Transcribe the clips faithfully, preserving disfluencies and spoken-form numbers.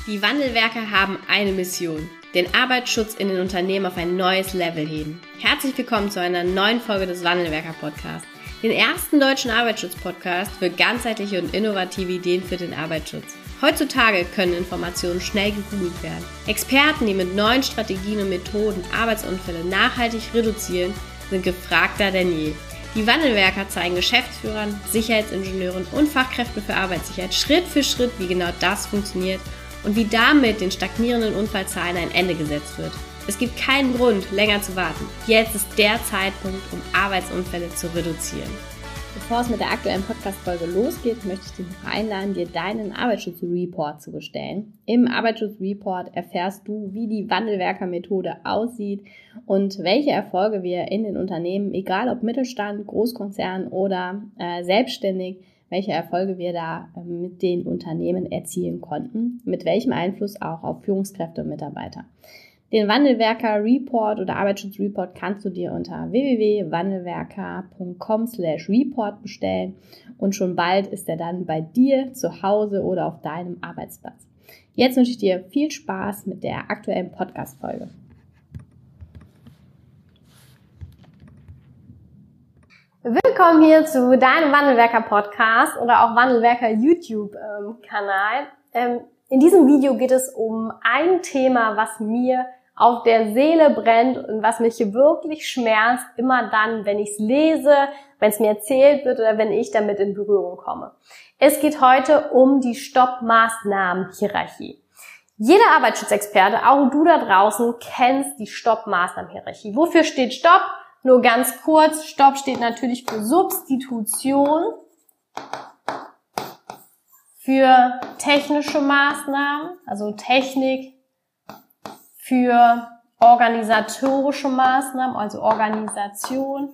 Die Wandelwerker haben eine Mission: den Arbeitsschutz in den Unternehmen auf ein neues Level heben. Herzlich willkommen zu einer neuen Folge des Wandelwerker-Podcasts, den ersten deutschen Arbeitsschutz-Podcast für ganzheitliche und innovative Ideen für den Arbeitsschutz. Heutzutage können Informationen schnell gegoogelt werden. Experten, die mit neuen Strategien und Methoden Arbeitsunfälle nachhaltig reduzieren, sind gefragter denn je. Die Wandelwerker zeigen Geschäftsführern, Sicherheitsingenieuren und Fachkräften für Arbeitssicherheit Schritt für Schritt, wie genau das funktioniert und wie damit den stagnierenden Unfallzahlen ein Ende gesetzt wird. Es gibt keinen Grund, länger zu warten. Jetzt ist der Zeitpunkt, um Arbeitsunfälle zu reduzieren. Bevor es mit der aktuellen Podcast-Folge losgeht, möchte ich dich noch einladen, dir deinen Arbeitsschutzreport zu bestellen. Im Arbeitsschutzreport erfährst du, wie die Wandelwerker-Methode aussieht und welche Erfolge wir in den Unternehmen, egal ob Mittelstand, Großkonzern oder äh, selbstständig, welche Erfolge wir da äh, mit den Unternehmen erzielen konnten, mit welchem Einfluss auch auf Führungskräfte und Mitarbeiter. Den Wandelwerker-Report oder Arbeitsschutzreport kannst du dir unter w w w punkt wandelwerker punkt com slash report bestellen und schon bald ist er dann bei dir zu Hause oder auf deinem Arbeitsplatz. Jetzt wünsche ich dir viel Spaß mit der aktuellen Podcast-Folge. Willkommen hier zu deinem Wandelwerker-Podcast oder auch Wandelwerker-YouTube-Kanal. Ähm, in diesem Video geht es um ein Thema, was mir auf der Seele brennt und was mich wirklich schmerzt, immer dann, wenn ich es lese, wenn es mir erzählt wird oder wenn ich damit in Berührung komme. Es geht heute um die Stopp-Maßnahmen-Hierarchie. Jeder Arbeitsschutzexperte, auch du da draußen, kennst die Stopp-Maßnahmen-Hierarchie. Wofür steht Stopp? Nur ganz kurz, Stopp steht natürlich für Substitution, für technische Maßnahmen, also Technik, für organisatorische Maßnahmen, also Organisation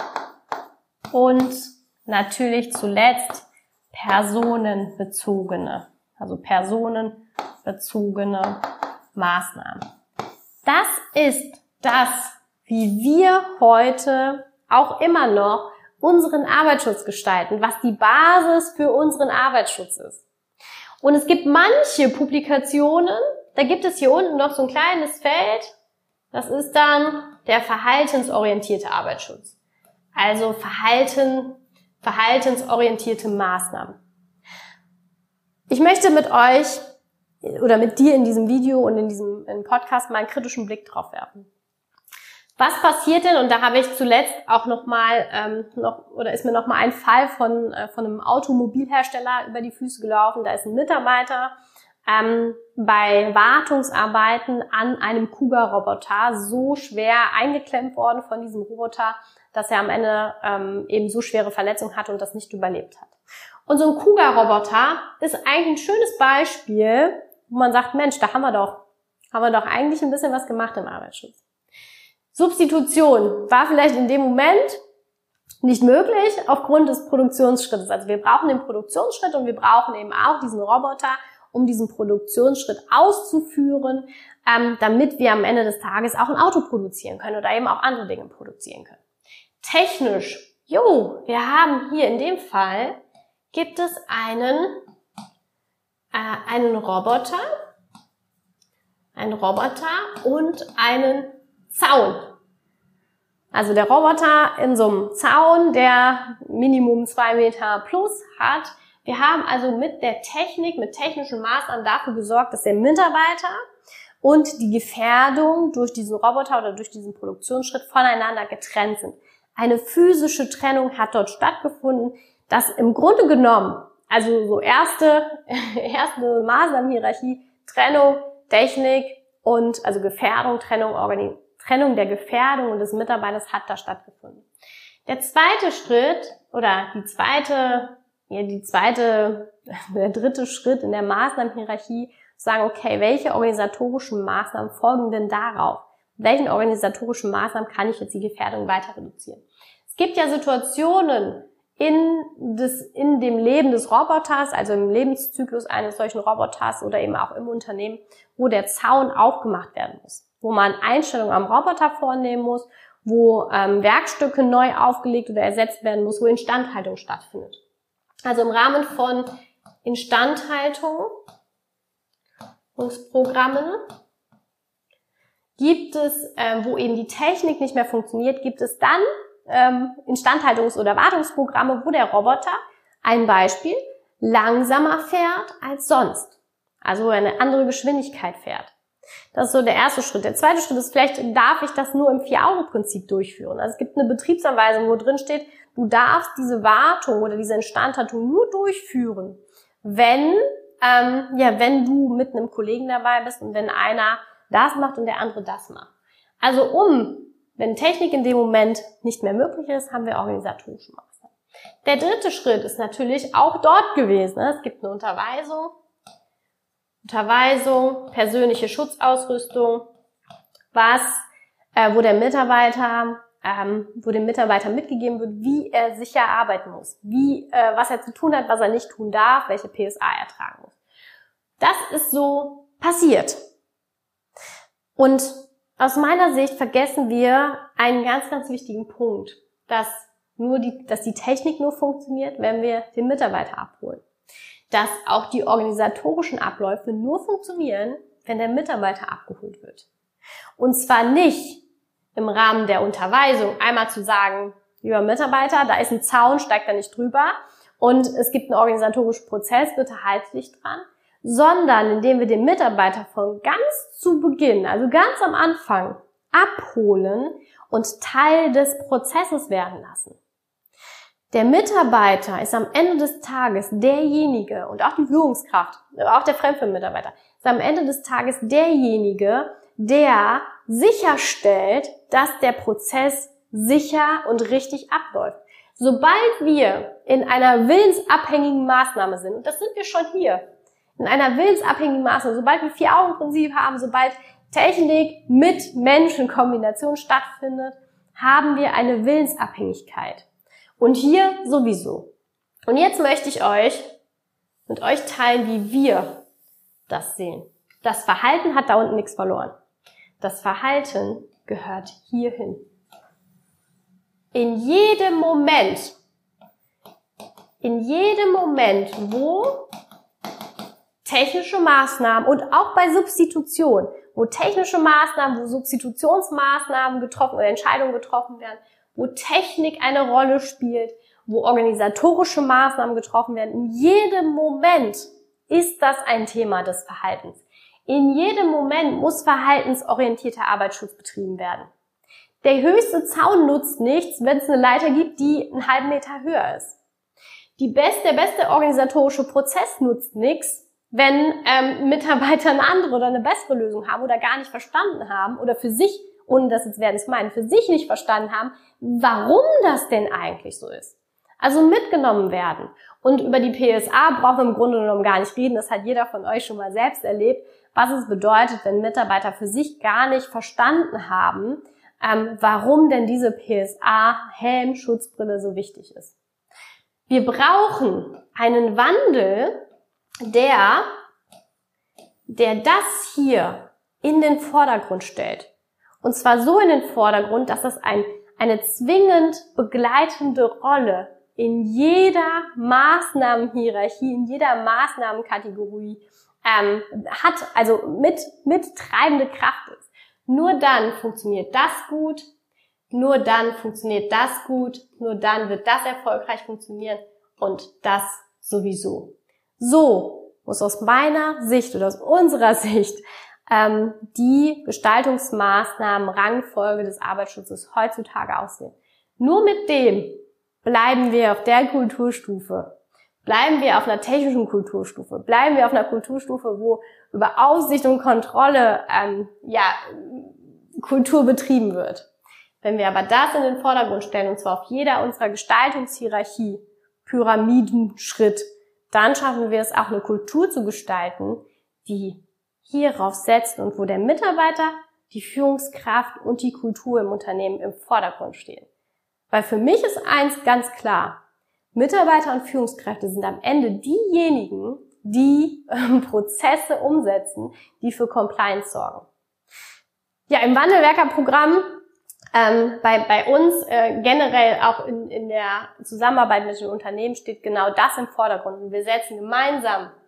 und natürlich zuletzt personenbezogene, also personenbezogene Maßnahmen. Das ist das, wie wir heute auch immer noch unseren Arbeitsschutz gestalten, was die Basis für unseren Arbeitsschutz ist. Und es gibt manche Publikationen, da gibt es hier unten noch so ein kleines Feld, das ist dann der verhaltensorientierte Arbeitsschutz. Also Verhalten, verhaltensorientierte Maßnahmen. Ich möchte mit euch oder mit dir in diesem Video und in diesem in Podcast mal einen kritischen Blick drauf werfen. Was passiert denn? Und da habe ich zuletzt auch noch mal ähm, noch oder ist mir noch mal ein Fall von äh, von einem Automobilhersteller über die Füße gelaufen. Da ist ein Mitarbeiter ähm, bei Wartungsarbeiten an einem Kuga-Roboter so schwer eingeklemmt worden von diesem Roboter, dass er am Ende ähm, eben so schwere Verletzungen hatte und das nicht überlebt hat. Und so ein Kuga-Roboter ist eigentlich ein schönes Beispiel, wo man sagt, Mensch, da haben wir doch, haben wir doch eigentlich ein bisschen was gemacht im Arbeitsschutz. Substitution war vielleicht in dem Moment nicht möglich aufgrund des Produktionsschrittes. Also wir brauchen den Produktionsschritt und wir brauchen eben auch diesen Roboter, um diesen Produktionsschritt auszuführen, ähm, damit wir am Ende des Tages auch ein Auto produzieren können oder eben auch andere Dinge produzieren können. Technisch, jo, wir haben hier in dem Fall, gibt es einen, äh, einen Roboter, einen Roboter und einen Zaun. Also der Roboter in so einem Zaun, der Minimum zwei Meter plus hat. Wir haben also mit der Technik, mit technischen Maßnahmen dafür gesorgt, dass der Mitarbeiter und die Gefährdung durch diesen Roboter oder durch diesen Produktionsschritt voneinander getrennt sind. Eine physische Trennung hat dort stattgefunden, dass im Grunde genommen, also so erste, erste Maßnahmenhierarchie, Trennung, Technik und also Gefährdung, Trennung, Organisation, Trennung der Gefährdung und des Mitarbeiters hat da stattgefunden. Der zweite Schritt oder die zweite, ja, die zweite, der dritte Schritt in der Maßnahmenhierarchie, sagen, okay, welche organisatorischen Maßnahmen folgen denn darauf? Mit welchen organisatorischen Maßnahmen kann ich jetzt die Gefährdung weiter reduzieren? Es gibt ja Situationen in des, in dem Leben des Roboters, also im Lebenszyklus eines solchen Roboters oder eben auch im Unternehmen, wo der Zaun aufgemacht werden muss, wo man Einstellungen am Roboter vornehmen muss, wo ähm, Werkstücke neu aufgelegt oder ersetzt werden muss, wo Instandhaltung stattfindet. Also im Rahmen von Instandhaltung Instandhaltungsprogrammen gibt es, äh, wo eben die Technik nicht mehr funktioniert, gibt es dann ähm, Instandhaltungs- oder Wartungsprogramme, wo der Roboter, ein Beispiel, langsamer fährt als sonst. Also eine andere Geschwindigkeit fährt. Das ist so der erste Schritt. Der zweite Schritt ist, vielleicht darf ich das nur im Vier-Augen-Prinzip durchführen. Also es gibt eine Betriebsanweisung, wo drin steht, du darfst diese Wartung oder diese Instandhaltung nur durchführen, wenn, ähm, ja, wenn du mit einem Kollegen dabei bist und wenn einer das macht und der andere das macht. Also um, wenn Technik in dem Moment nicht mehr möglich ist, haben wir organisatorische Maßnahmen. Der dritte Schritt ist natürlich auch dort gewesen. Es gibt eine Unterweisung, Unterweisung, persönliche Schutzausrüstung, was, äh, wo der Mitarbeiter, ähm, wo dem Mitarbeiter mitgegeben wird, wie er sicher arbeiten muss, wie, äh, was er zu tun hat, was er nicht tun darf, welche P S A er tragen muss. Das ist so passiert. Und aus meiner Sicht vergessen wir einen ganz, ganz wichtigen Punkt, dass nur die, dass die Technik nur funktioniert, wenn wir den Mitarbeiter abholen. Dass auch die organisatorischen Abläufe nur funktionieren, wenn der Mitarbeiter abgeholt wird. Und zwar nicht im Rahmen der Unterweisung einmal zu sagen, lieber Mitarbeiter, da ist ein Zaun, steig da nicht drüber und es gibt einen organisatorischen Prozess, bitte halte dich dran, sondern indem wir den Mitarbeiter von ganz zu Beginn, also ganz am Anfang, abholen und Teil des Prozesses werden lassen. Der Mitarbeiter ist am Ende des Tages derjenige, und auch die Führungskraft, auch der Fremdfirmenmitarbeiter, ist am Ende des Tages derjenige, der sicherstellt, dass der Prozess sicher und richtig abläuft. Sobald wir in einer willensabhängigen Maßnahme sind, und das sind wir schon hier, in einer willensabhängigen Maßnahme, sobald wir Vier-Augen-Prinzip haben, sobald Technik mit Mensch in Kombination stattfindet, haben wir eine Willensabhängigkeit. Und hier sowieso. Und jetzt möchte ich euch mit euch teilen, wie wir das sehen. Das Verhalten hat da unten nichts verloren. Das Verhalten gehört hierhin. In jedem Moment, in jedem Moment, wo technische Maßnahmen und auch bei Substitution, wo technische Maßnahmen, wo Substitutionsmaßnahmen getroffen oder Entscheidungen getroffen werden, wo Technik eine Rolle spielt, wo organisatorische Maßnahmen getroffen werden. In jedem Moment ist das ein Thema des Verhaltens. In jedem Moment muss verhaltensorientierter Arbeitsschutz betrieben werden. Der höchste Zaun nutzt nichts, wenn es eine Leiter gibt, die einen halben Meter höher ist. Die beste, der beste organisatorische Prozess nutzt nichts, wenn ähm, Mitarbeiter eine andere oder eine bessere Lösung haben oder gar nicht verstanden haben oder für sich, ohne dass es werden es meinen, für sich nicht verstanden haben, warum das denn eigentlich so ist. Also mitgenommen werden. Und über die P S A brauchen wir im Grunde genommen gar nicht reden. Das hat jeder von euch schon mal selbst erlebt, was es bedeutet, wenn Mitarbeiter für sich gar nicht verstanden haben, ähm, warum denn diese P S A-Helm-Schutzbrille so wichtig ist. Wir brauchen einen Wandel, der, der das hier in den Vordergrund stellt. Und zwar so in den Vordergrund, dass das ein, eine zwingend begleitende Rolle in jeder Maßnahmenhierarchie, in jeder Maßnahmenkategorie ähm, hat, also mit, mit treibende Kraft ist. Nur dann funktioniert das gut, nur dann funktioniert das gut, nur dann wird das erfolgreich funktionieren und das sowieso. So muss aus meiner Sicht oder aus unserer Sicht ähm, die Gestaltungsmaßnahmen, Rangfolge des Arbeitsschutzes heutzutage aussehen. Nur mit dem bleiben wir auf der Kulturstufe, bleiben wir auf einer technischen Kulturstufe, bleiben wir auf einer Kulturstufe, wo über Aufsicht und Kontrolle ähm, ja Kultur betrieben wird. Wenn wir aber das in den Vordergrund stellen, und zwar auf jeder unserer Gestaltungshierarchie, Pyramidenschritt, dann schaffen wir es auch, eine Kultur zu gestalten, die hierauf setzt und wo der Mitarbeiter, die Führungskraft und die Kultur im Unternehmen im Vordergrund stehen. Weil für mich ist eins ganz klar: Mitarbeiter und Führungskräfte sind am Ende diejenigen, die ähm, Prozesse umsetzen, die für Compliance sorgen. Ja, im Wandelwerkerprogramm ähm, bei, bei uns äh, generell auch in, in der Zusammenarbeit mit den Unternehmen steht genau das im Vordergrund. Und wir setzen gemeinsam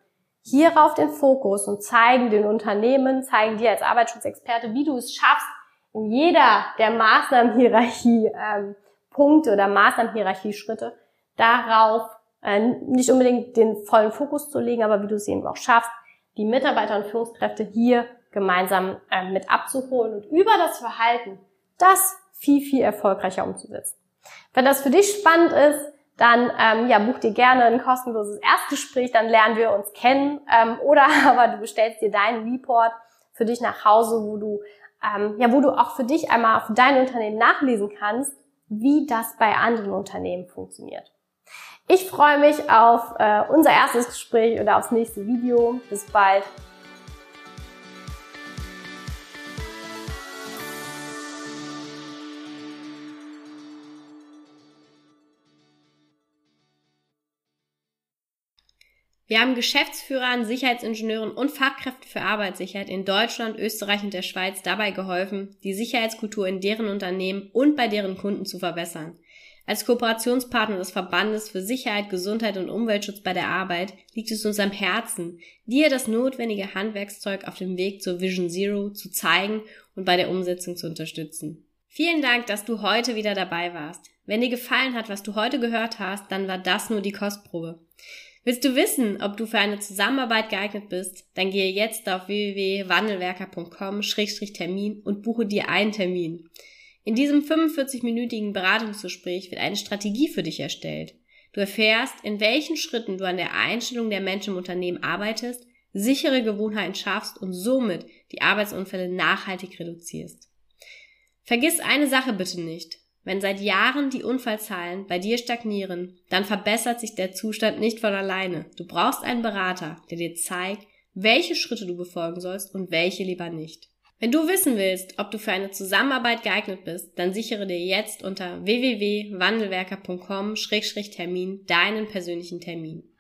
hierauf den Fokus und zeigen den Unternehmen, zeigen dir als Arbeitsschutzexperte, wie du es schaffst, in jeder der Maßnahmenhierarchie ähm, Punkte oder Maßnahmenhierarchie-Schritte darauf äh, nicht unbedingt den vollen Fokus zu legen, aber wie du es eben auch schaffst, die Mitarbeiter und Führungskräfte hier gemeinsam äh, mit abzuholen und über das Verhalten das viel, viel erfolgreicher umzusetzen. Wenn das für dich spannend ist, dann ähm, ja, buch dir gerne ein kostenloses Erstgespräch, dann lernen wir uns kennen, ähm, oder aber du bestellst dir deinen Report für dich nach Hause, wo du ähm, ja, wo du auch für dich einmal für dein Unternehmen nachlesen kannst, wie das bei anderen Unternehmen funktioniert. Ich freue mich auf äh, unser erstes Gespräch oder aufs nächste Video. Bis bald. Wir haben Geschäftsführern, Sicherheitsingenieuren und Fachkräften für Arbeitssicherheit in Deutschland, Österreich und der Schweiz dabei geholfen, die Sicherheitskultur in deren Unternehmen und bei deren Kunden zu verbessern. Als Kooperationspartner des Verbandes für Sicherheit, Gesundheit und Umweltschutz bei der Arbeit liegt es uns am Herzen, dir das notwendige Handwerkszeug auf dem Weg zur Vision Zero zu zeigen und bei der Umsetzung zu unterstützen. Vielen Dank, dass du heute wieder dabei warst. Wenn dir gefallen hat, was du heute gehört hast, dann war das nur die Kostprobe. Willst du wissen, ob du für eine Zusammenarbeit geeignet bist? Dann gehe jetzt auf w w w punkt wandelwerker punkt com Schrägstrich Termin und buche dir einen Termin. In diesem fünfundvierzig-minütigen Beratungsgespräch wird eine Strategie für dich erstellt. Du erfährst, in welchen Schritten du an der Einstellung der Menschen im Unternehmen arbeitest, sichere Gewohnheiten schaffst und somit die Arbeitsunfälle nachhaltig reduzierst. Vergiss eine Sache bitte nicht. Wenn seit Jahren die Unfallzahlen bei dir stagnieren, dann verbessert sich der Zustand nicht von alleine. Du brauchst einen Berater, der dir zeigt, welche Schritte du befolgen sollst und welche lieber nicht. Wenn du wissen willst, ob du für eine Zusammenarbeit geeignet bist, dann sichere dir jetzt unter w w w punkt wandelwerker punkt com Schrägstrich Termin deinen persönlichen Termin.